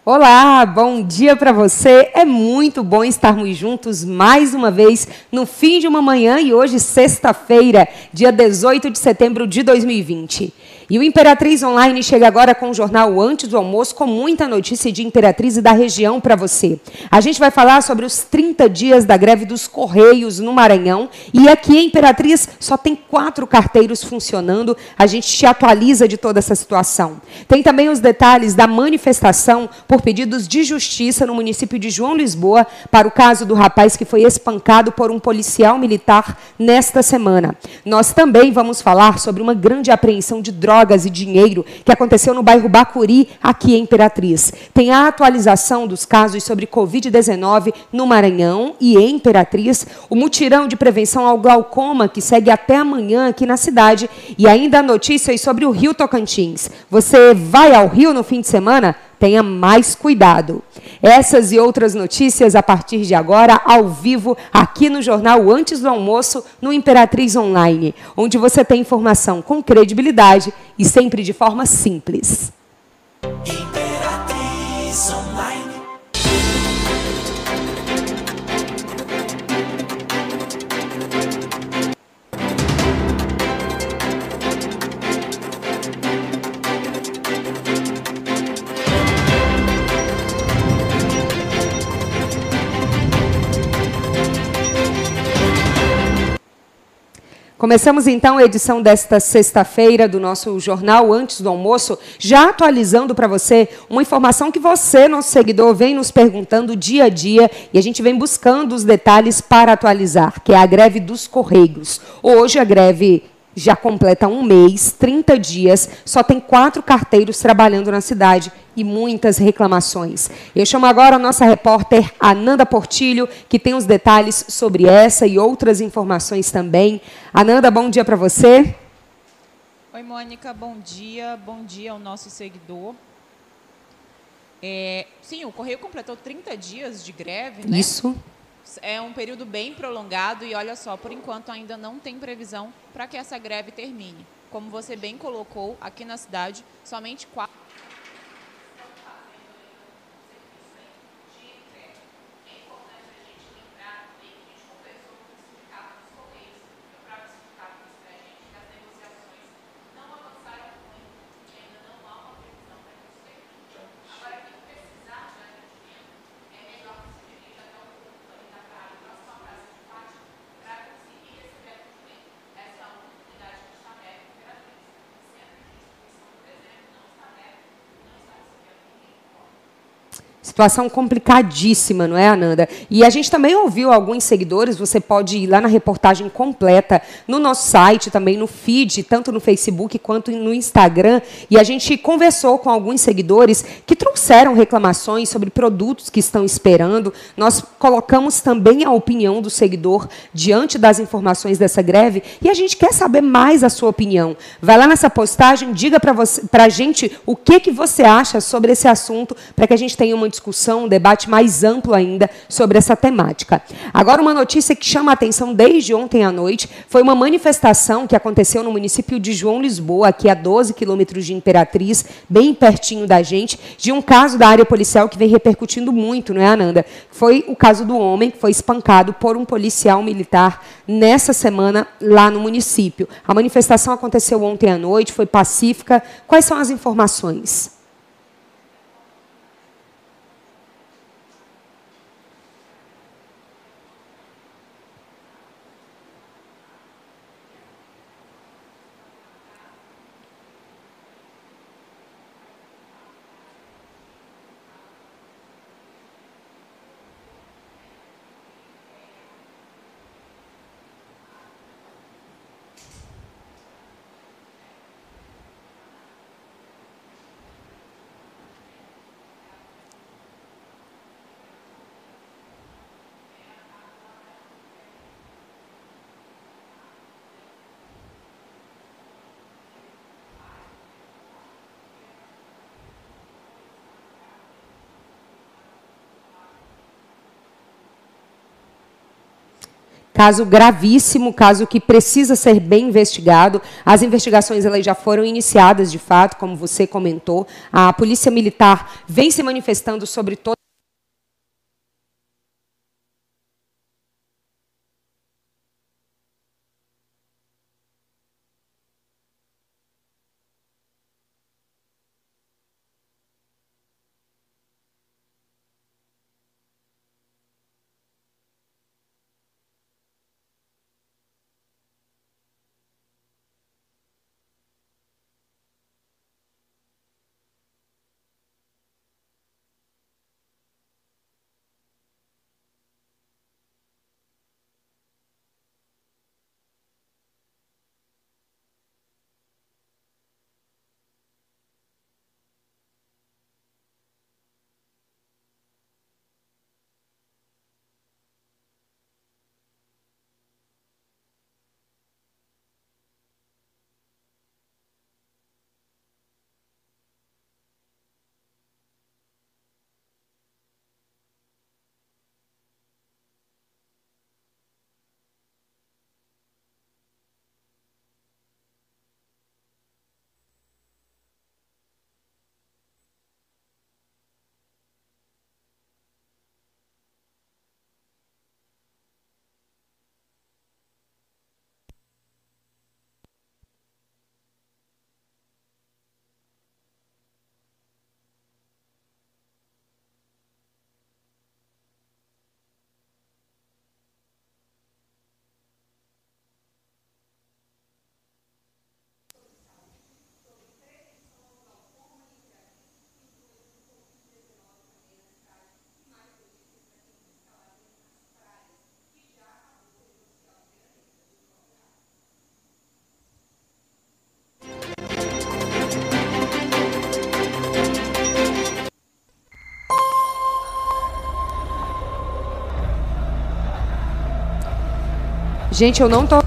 Olá, bom dia para você. É muito bom estarmos juntos mais uma vez no fim de uma manhã e hoje, sexta-feira, dia 18 de setembro de 2020. E o Imperatriz Online chega agora com o jornal Antes do Almoço, com muita notícia de Imperatriz e da região para você. A gente vai falar sobre os 30 dias da greve dos Correios no Maranhão. E aqui em Imperatriz só tem 4 carteiros funcionando. A gente te atualiza de toda essa situação. Tem também os detalhes da manifestação por pedidos de justiça no município de João Lisboa para o caso do rapaz que foi espancado por um policial militar nesta semana. Nós também vamos falar sobre uma grande apreensão de drogas e dinheiro que aconteceu no bairro Bacuri, aqui em Imperatriz. Tem a atualização dos casos sobre Covid-19 no Maranhão e em Imperatriz, o mutirão de prevenção ao glaucoma que segue até amanhã aqui na cidade e ainda notícias sobre o Rio Tocantins. Você vai ao Rio no fim de semana? Tenha mais cuidado. Essas e outras notícias a partir de agora, ao vivo, aqui no jornal Antes do Almoço, no Imperatriz Online, onde você tem informação com credibilidade e sempre de forma simples. Imperatriz Online. Começamos então a edição desta sexta-feira do nosso jornal Antes do Almoço, já atualizando para você uma informação que você, nosso seguidor, vem nos perguntando dia a dia e a gente vem buscando os detalhes para atualizar, que é a greve dos Correios. Hoje a greve já completa um mês, 30 dias, só tem 4 carteiros trabalhando na cidade e muitas reclamações. Eu chamo agora a nossa repórter Ananda Portilho, que tem os detalhes sobre essa e outras informações também. Ananda, bom dia para você. Oi, Mônica, bom dia ao nosso seguidor. Sim, o Correio completou 30 dias de greve, né? Isso. É um período bem prolongado e, olha só, por enquanto ainda não tem previsão para que essa greve termine. Como você bem colocou, aqui na cidade, somente 4... Situação complicadíssima, não é, Ananda? E a gente também ouviu alguns seguidores, você pode ir lá na reportagem completa, no nosso site, também no feed, tanto no Facebook quanto no Instagram, e a gente conversou com alguns seguidores que trouxeram reclamações sobre produtos que estão esperando. Nós colocamos também a opinião do seguidor diante das informações dessa greve e a gente quer saber mais a sua opinião. Vai lá nessa postagem, diga para a gente o que você acha sobre esse assunto, para que a gente tenha uma discussão, um debate mais amplo ainda sobre essa temática. Agora, uma notícia que chama a atenção desde ontem à noite foi uma manifestação que aconteceu no município de João Lisboa, aqui a 12 quilômetros de Imperatriz, bem pertinho da gente, de um caso da área policial que vem repercutindo muito, não é, Ananda? Foi o caso do homem que foi espancado por um policial militar nessa semana lá no município. A manifestação aconteceu ontem à noite, foi pacífica. Quais são as informações? caso gravíssimo, caso que precisa ser bem investigado. As investigações elas já foram iniciadas, de fato, como você comentou. A Polícia Militar vem se manifestando sobre todo. Gente, eu não tô...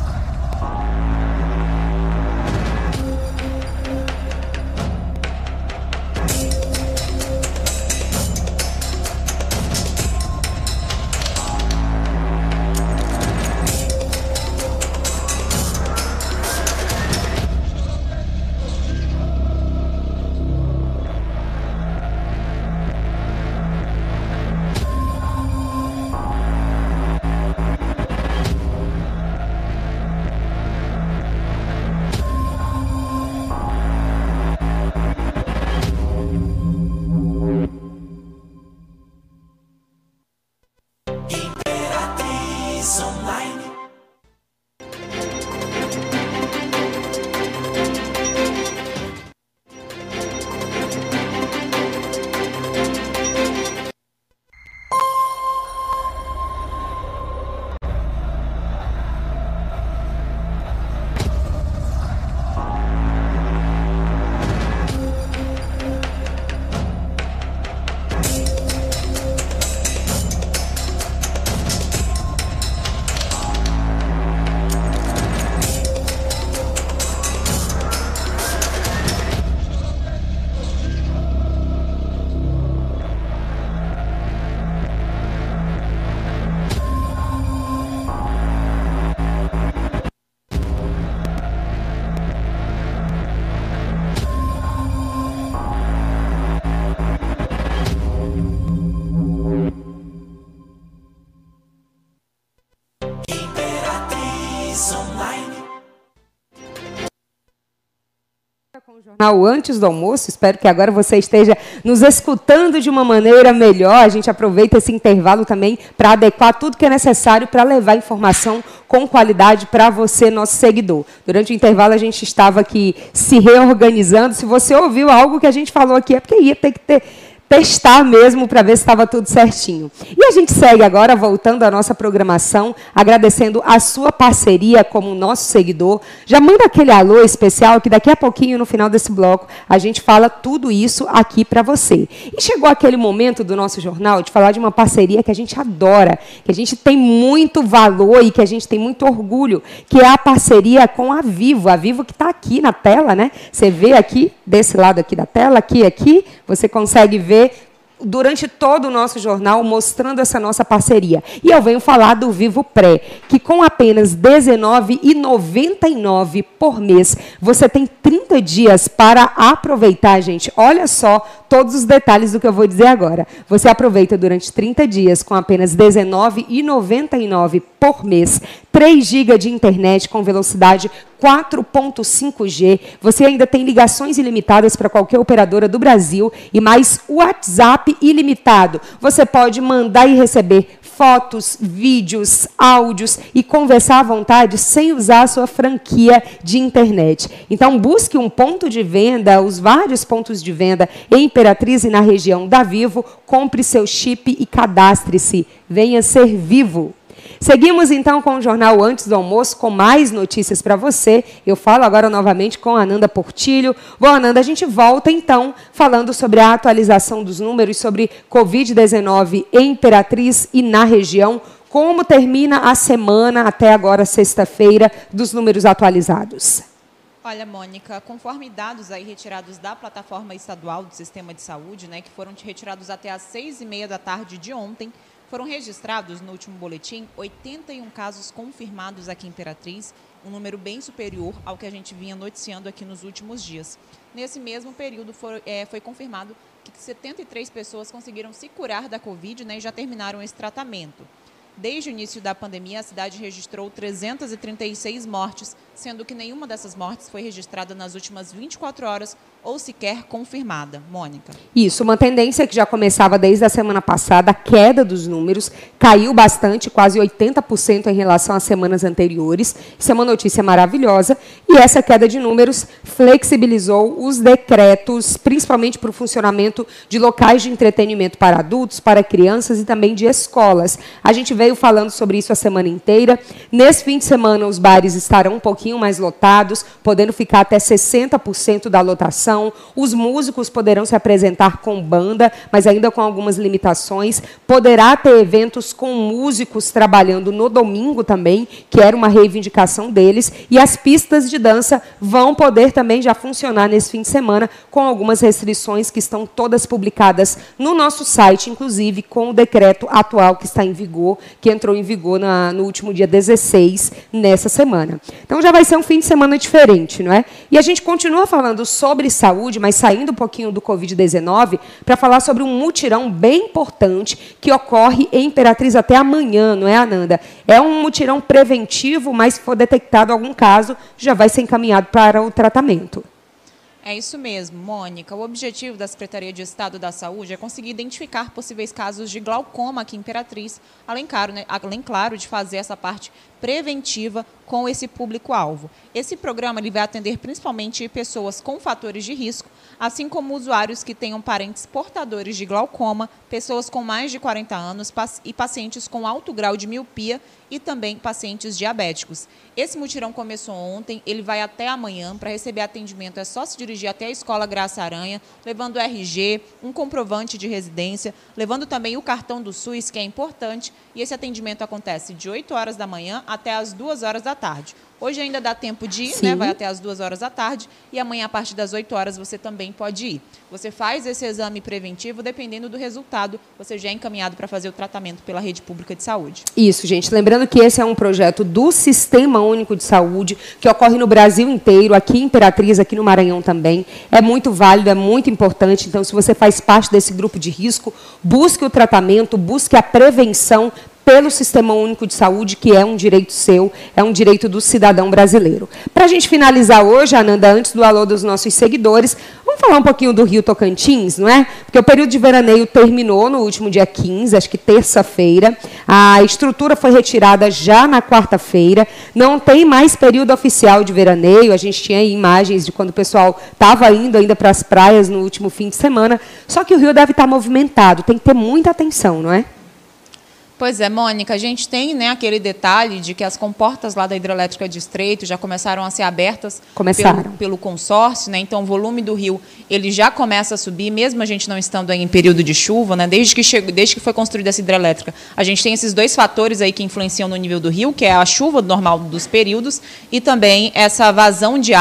Com o jornal antes do almoço, espero que agora você esteja nos escutando de uma maneira melhor. A gente aproveita esse intervalo também para adequar tudo que é necessário para levar informação com qualidade para você, nosso seguidor. Durante o intervalo a gente estava aqui se reorganizando. Se você ouviu algo que a gente falou aqui, é porque ia ter que testar mesmo para ver se estava tudo certinho. E a gente segue agora, voltando à nossa programação, agradecendo a sua parceria como nosso seguidor. Já manda aquele alô especial que daqui a pouquinho, no final desse bloco, a gente fala tudo isso aqui para você. E chegou aquele momento do nosso jornal de falar de uma parceria que a gente adora, que a gente tem muito valor e que a gente tem muito orgulho, que é a parceria com a Vivo que está aqui na tela, né? Você vê aqui, desse lado aqui da tela, aqui, você consegue ver durante todo o nosso jornal, mostrando essa nossa parceria. E eu venho falar do Vivo Pré, que com apenas R$19,99 por mês, você tem 30 dias para aproveitar, gente. Olha só todos os detalhes do que eu vou dizer agora. Você aproveita durante 30 dias com apenas R$19,99 por mês, 3 GB de internet com velocidade 4.5G. Você ainda tem ligações ilimitadas para qualquer operadora do Brasil e mais WhatsApp ilimitado. Você pode mandar e receber fotos, vídeos, áudios e conversar à vontade sem usar a sua franquia de internet. Então, busque um ponto de venda, os vários pontos de venda em Imperatriz e na região da Vivo. Compre seu chip e cadastre-se. Venha ser Vivo. Seguimos, então, com o Jornal Antes do Almoço, com mais notícias para você. Eu falo agora novamente com a Ananda Portilho. Bom, Ananda, a gente volta, então, falando sobre a atualização dos números sobre Covid-19 em Imperatriz e na região. Como termina a semana, até agora, sexta-feira, dos números atualizados? Olha, Mônica, conforme dados aí retirados da plataforma estadual do Sistema de Saúde, né, que foram retirados até às 6h30 da tarde de ontem, foram registrados no último boletim 81 casos confirmados aqui em Imperatriz, um número bem superior ao que a gente vinha noticiando aqui nos últimos dias. Nesse mesmo período foi confirmado que 73 pessoas conseguiram se curar da Covid, né, e já terminaram esse tratamento. Desde o início da pandemia, a cidade registrou 336 mortes, sendo que nenhuma dessas mortes foi registrada nas últimas 24 horas ou sequer confirmada. Mônica. Isso, uma tendência que já começava desde a semana passada, a queda dos números, caiu bastante, quase 80% em relação às semanas anteriores. Isso é uma notícia maravilhosa. E essa queda de números flexibilizou os decretos, principalmente para o funcionamento de locais de entretenimento para adultos, para crianças e também de escolas. A gente veio falando sobre isso a semana inteira. Nesse fim de semana, os bares estarão um pouquinho mais lotados, podendo ficar até 60% da lotação. Os músicos poderão se apresentar com banda, mas ainda com algumas limitações. Poderá ter eventos com músicos trabalhando no domingo também, que era uma reivindicação deles. E as pistas de dança vão poder também já funcionar nesse fim de semana, com algumas restrições que estão todas publicadas no nosso site, inclusive com o decreto atual que está em vigor, que entrou em vigor no último dia 16, nessa semana. Então, já vai ser um fim de semana diferente, não é? E a gente continua falando sobre saúde, mas saindo um pouquinho do Covid-19, para falar sobre um mutirão bem importante que ocorre em Imperatriz até amanhã, não é, Ananda? É um mutirão preventivo, mas se for detectado algum caso, já vai ser encaminhado para o tratamento. É isso mesmo, Mônica. O objetivo da Secretaria de Estado da Saúde é conseguir identificar possíveis casos de glaucoma aqui em Imperatriz, além, claro, de fazer essa parte preventiva com esse público-alvo. Esse programa ele vai atender principalmente pessoas com fatores de risco, assim como usuários que tenham parentes portadores de glaucoma, pessoas com mais de 40 anos e pacientes com alto grau de miopia e também pacientes diabéticos. Esse mutirão começou ontem, ele vai até amanhã. Para receber atendimento é só se dirigir até a Escola Graça Aranha, levando o RG, um comprovante de residência, levando também o cartão do SUS, que é importante, e esse atendimento acontece de 8 horas da manhã até as 2 horas da tarde. Hoje ainda dá tempo de ir, né? Vai até as 2 horas da tarde e amanhã, a partir das 8 horas, você também pode ir. Você faz esse exame preventivo, dependendo do resultado, você já é encaminhado para fazer o tratamento pela rede pública de saúde. Isso, gente. Lembrando que esse é um projeto do Sistema Único de Saúde, que ocorre no Brasil inteiro, aqui em Imperatriz, aqui no Maranhão também. É muito válido, é muito importante. Então, se você faz parte desse grupo de risco, busque o tratamento, busque a prevenção pelo Sistema Único de Saúde, que é um direito seu, é um direito do cidadão brasileiro. Para a gente finalizar hoje, Ananda, antes do alô dos nossos seguidores, vamos falar um pouquinho do Rio Tocantins, não é? Porque o período de veraneio terminou no último dia 15, acho que terça-feira. A estrutura foi retirada já na quarta-feira. Não tem mais período oficial de veraneio. A gente tinha aí imagens de quando o pessoal estava indo ainda para as praias no último fim de semana. Só que o Rio deve estar movimentado, tem que ter muita atenção, não é? Pois é, Mônica, a gente tem, né, aquele detalhe de que as comportas lá da Hidrelétrica de Estreito já começaram a ser abertas pelo consórcio, né? Então o volume do rio ele já começa a subir, mesmo a gente não estando aí em período de chuva, né? Desde que foi construída essa hidrelétrica, a gente tem esses dois fatores aí que influenciam no nível do rio, que é a chuva normal dos períodos e também essa vazão de água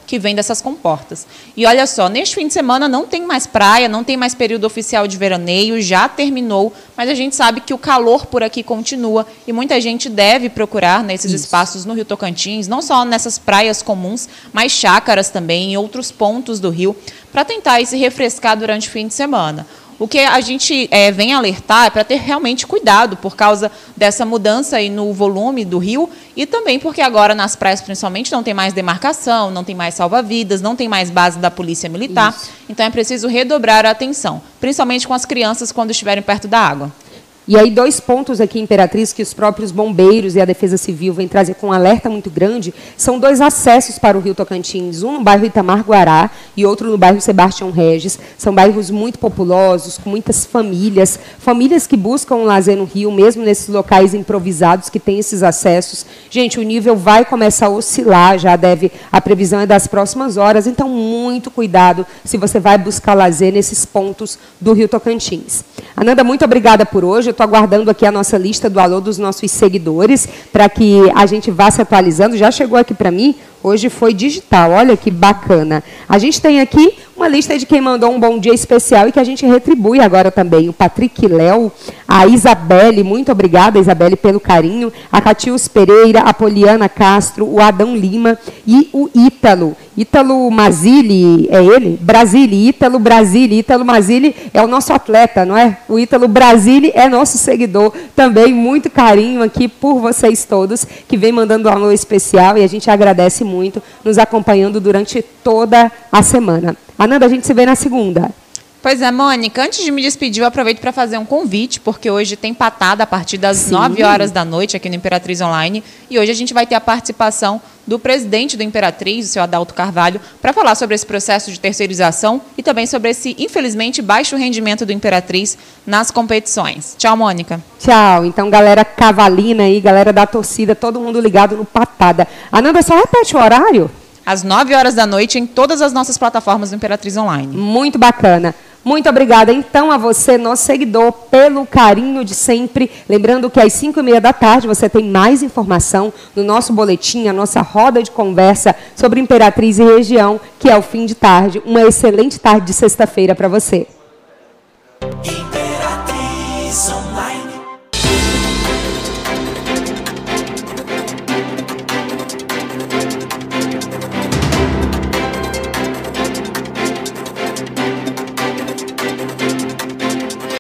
que vem dessas comportas. E olha só, neste fim de semana não tem mais praia, não tem mais período oficial de veraneio, já terminou, mas a gente sabe que o calor por aqui continua e muita gente deve procurar nesses espaços no Rio Tocantins, não só nessas praias comuns, mas chácaras também, em outros pontos do Rio, para tentar se refrescar durante o fim de semana. O que a gente vem alertar é para ter realmente cuidado por causa dessa mudança aí no volume do rio e também porque agora nas praias principalmente não tem mais demarcação, não tem mais salva-vidas, não tem mais base da polícia militar. Isso. Então é preciso redobrar a atenção, principalmente com as crianças quando estiverem perto da água. E aí 2 pontos aqui, Imperatriz, que os próprios bombeiros e a Defesa Civil vêm trazer com um alerta muito grande, são 2 acessos para o Rio Tocantins, um no bairro Itamar-Guará e outro no bairro Sebastião Regis. São bairros muito populosos, com muitas famílias, famílias que buscam um lazer no Rio, mesmo nesses locais improvisados que têm esses acessos. Gente, o nível vai começar a oscilar, a previsão é das próximas horas, então muito cuidado se você vai buscar lazer nesses pontos do Rio Tocantins. Ananda, muito obrigada por hoje. Estou aguardando aqui a nossa lista do alô dos nossos seguidores para que a gente vá se atualizando. Já chegou aqui para mim, hoje foi digital, olha que bacana. A gente tem aqui uma lista de quem mandou um bom dia especial e que a gente retribui agora também. O Patrick Léo, a Isabelle, muito obrigada, Isabelle, pelo carinho. A Catius Pereira, a Poliana Castro, o Adão Lima e o Ítalo. Ítalo Mazili, é ele? Brasili, Ítalo Brasili. Ítalo Mazili é o nosso atleta, não é? O Ítalo Brasili é nosso seguidor. Também muito carinho aqui por vocês todos que vem mandando um alô especial e a gente agradece muito nos acompanhando durante toda a semana. Ananda, a gente se vê na segunda. Pois é, Mônica, antes de me despedir, eu aproveito para fazer um convite, porque hoje tem patada a partir das 9 horas da noite aqui no Imperatriz Online. E hoje a gente vai ter a participação do presidente do Imperatriz, o seu Adalto Carvalho, para falar sobre esse processo de terceirização e também sobre esse, infelizmente, baixo rendimento do Imperatriz nas competições. Tchau, Mônica. Tchau. Então, galera cavalina aí, galera da torcida, todo mundo ligado no Patada. Ananda, só repete o horário? Às 9 horas da noite em todas as nossas plataformas do Imperatriz Online. Muito bacana. Muito obrigada, então, a você, nosso seguidor, pelo carinho de sempre. Lembrando que às 5h30 da tarde você tem mais informação no nosso boletim, a nossa roda de conversa sobre Imperatriz e região, que é o fim de tarde. Uma excelente tarde de sexta-feira para você.